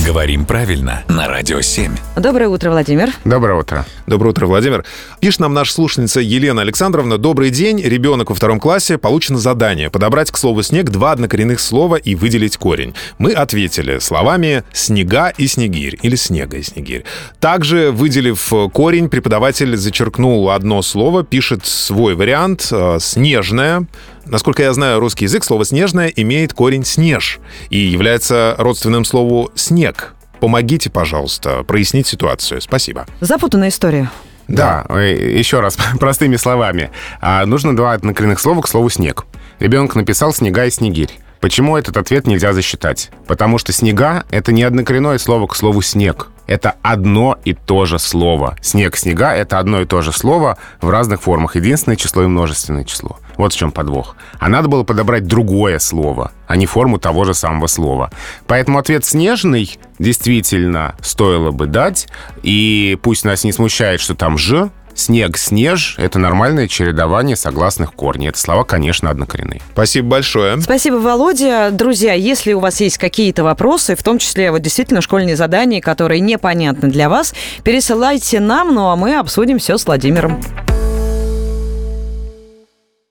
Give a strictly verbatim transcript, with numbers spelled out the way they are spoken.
Говорим правильно на Радио семь. Доброе утро, Владимир. Доброе утро. Доброе утро, Владимир. Пишет нам наша слушательница Елена Александровна. Добрый день. Ребенок во втором классе. Получено задание подобрать к слову «снег» два однокоренных слова и выделить корень. Мы ответили словами «снега» и «снегирь» или «снега» и «снегирь». Также, выделив корень, преподаватель зачеркнул одно слово, пишет свой вариант «снежная». Насколько я знаю русский язык, слово «снежное» имеет корень «снеж» и является родственным слову «снег». Помогите, пожалуйста, прояснить ситуацию. Спасибо. Запутанная история. Да, да. Еще раз, простыми словами. Нужно два однокоренных слова к слову «снег». Ребенок написал «снега» и «снегирь». Почему этот ответ нельзя засчитать? Потому что «снега» — это не однокоренное слово к слову «снег». Это одно и то же слово. Снег, снега — это одно и то же слово в разных формах. Единственное число и множественное число. Вот в чем подвох. А надо было подобрать другое слово, а не форму того же самого слова. Поэтому ответ «снежный» действительно стоило бы дать. И пусть нас не смущает, что там «ж». Снег, снеж — это нормальное чередование согласных корней. Это слова, конечно, однокоренные. Спасибо большое. Спасибо, Володя. Друзья, если у вас есть какие-то вопросы, в том числе вот действительно школьные задания, которые непонятны для вас, пересылайте нам, ну а мы обсудим все с Владимиром.